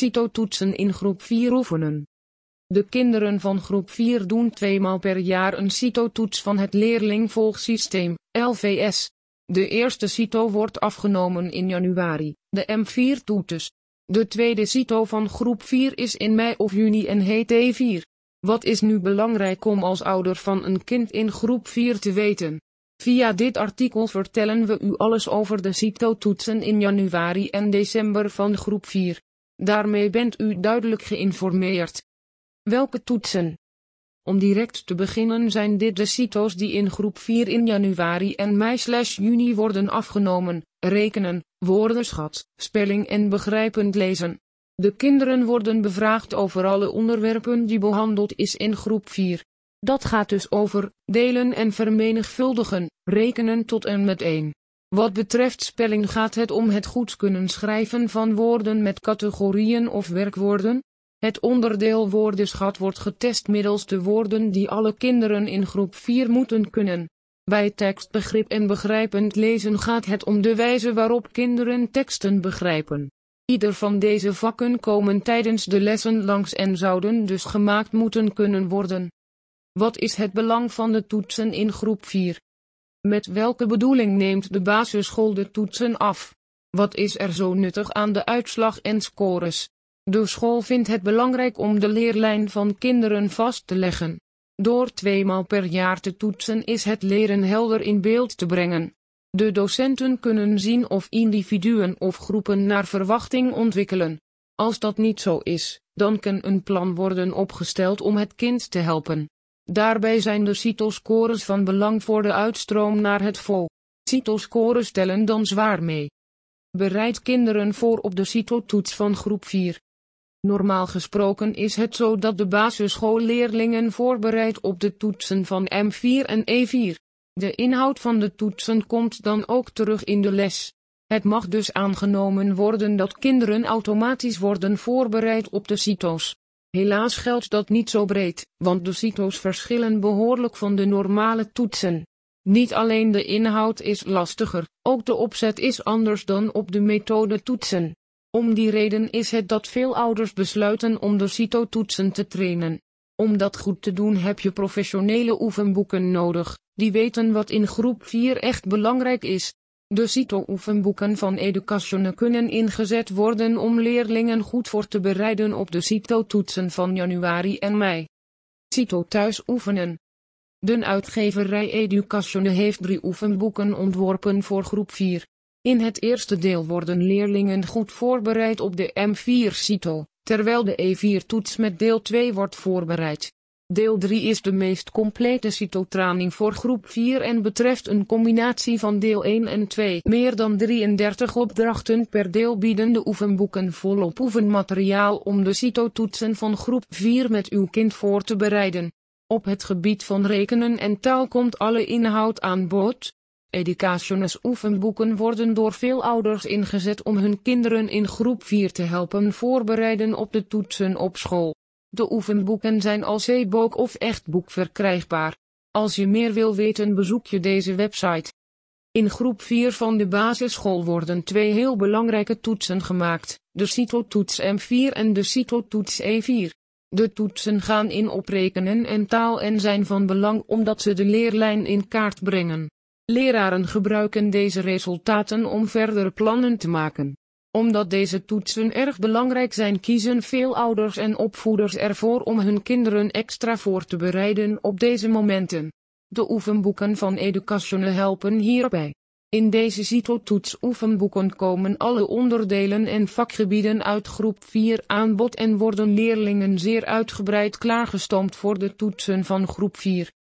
CITO-toetsen in groep 4 oefenen. De kinderen van groep 4 doen 2 maal per jaar een CITO-toets van het leerlingvolgsysteem, LVS. De eerste CITO wordt afgenomen in januari, de M4-toets. De tweede CITO van groep 4 is in mei of juni en heet E4. Wat is nu belangrijk om als ouder van een kind in groep 4 te weten? Via dit artikel vertellen we u alles over de CITO-toetsen in januari en december van groep 4. Daarmee bent u duidelijk geïnformeerd. Welke toetsen? Om direct te beginnen zijn dit de CITO's die in groep 4 in januari en mei/juni worden afgenomen: rekenen, woordenschat, spelling en begrijpend lezen. De kinderen worden bevraagd over alle onderwerpen die behandeld is in groep 4. Dat gaat dus over delen en vermenigvuldigen, rekenen tot en met 1. Wat betreft spelling gaat het om het goed kunnen schrijven van woorden met categorieën of werkwoorden. Het onderdeel woordenschat wordt getest middels de woorden die alle kinderen in groep 4 moeten kunnen. Bij tekstbegrip en begrijpend lezen gaat het om de wijze waarop kinderen teksten begrijpen. Ieder van deze vakken komen tijdens de lessen langs en zouden dus gemaakt moeten kunnen worden. Wat is het belang van de toetsen in groep 4? Met welke bedoeling neemt de basisschool de toetsen af? Wat is er zo nuttig aan de uitslag en scores? De school vindt het belangrijk om de leerlijn van kinderen vast te leggen. Door 2 maal per jaar te toetsen is het leren helder in beeld te brengen. De docenten kunnen zien of individuen of groepen naar verwachting ontwikkelen. Als dat niet zo is, dan kan een plan worden opgesteld om het kind te helpen. Daarbij zijn de CITO-scores van belang voor de uitstroom naar het vol. CITO-scores tellen dan zwaar mee. Bereid kinderen voor op de CITO-toets van groep 4. Normaal gesproken is het zo dat de basisschoolleerlingen voorbereidt op de toetsen van M4 en E4. De inhoud van de toetsen komt dan ook terug in de les. Het mag dus aangenomen worden dat kinderen automatisch worden voorbereid op de CITO's. Helaas geldt dat niet zo breed, want de CITO's verschillen behoorlijk van de normale toetsen. Niet alleen de inhoud is lastiger, ook de opzet is anders dan op de methode toetsen. Om die reden is het dat veel ouders besluiten om de CITO-toetsen te trainen. Om dat goed te doen heb je professionele oefenboeken nodig, die weten wat in groep 4 echt belangrijk is. De CITO-oefenboeken van Educatione kunnen ingezet worden om leerlingen goed voor te bereiden op de CITO-toetsen van januari en mei. CITO thuis oefenen. De uitgeverij Educatione heeft 3 oefenboeken ontworpen voor groep 4. In het eerste deel worden leerlingen goed voorbereid op de M4 CITO, terwijl de E4-toets met deel 2 wordt voorbereid. Deel 3 is de meest complete CITO-training voor groep 4 en betreft een combinatie van deel 1 en 2. Meer dan 33 opdrachten per deel bieden de oefenboeken volop oefenmateriaal om de CITO-toetsen van groep 4 met uw kind voor te bereiden. Op het gebied van rekenen en taal komt alle inhoud aan bod. Educatione's oefenboeken worden door veel ouders ingezet om hun kinderen in groep 4 te helpen voorbereiden op de toetsen op school. De oefenboeken zijn als e-book of echt boek verkrijgbaar. Als je meer wil weten bezoek je deze website. In groep 4 van de basisschool worden 2 heel belangrijke toetsen gemaakt, de CITO-toets M4 en de CITO-toets E4. De toetsen gaan in op rekenen en taal en zijn van belang omdat ze de leerlijn in kaart brengen. Leraren gebruiken deze resultaten om verdere plannen te maken. Omdat deze toetsen erg belangrijk zijn, kiezen veel ouders en opvoeders ervoor om hun kinderen extra voor te bereiden op deze momenten. De oefenboeken van Educatione helpen hierbij. In deze CITO-toets oefenboeken komen alle onderdelen en vakgebieden uit groep 4 aan bod en worden leerlingen zeer uitgebreid klaargestoomd voor de toetsen van groep 4.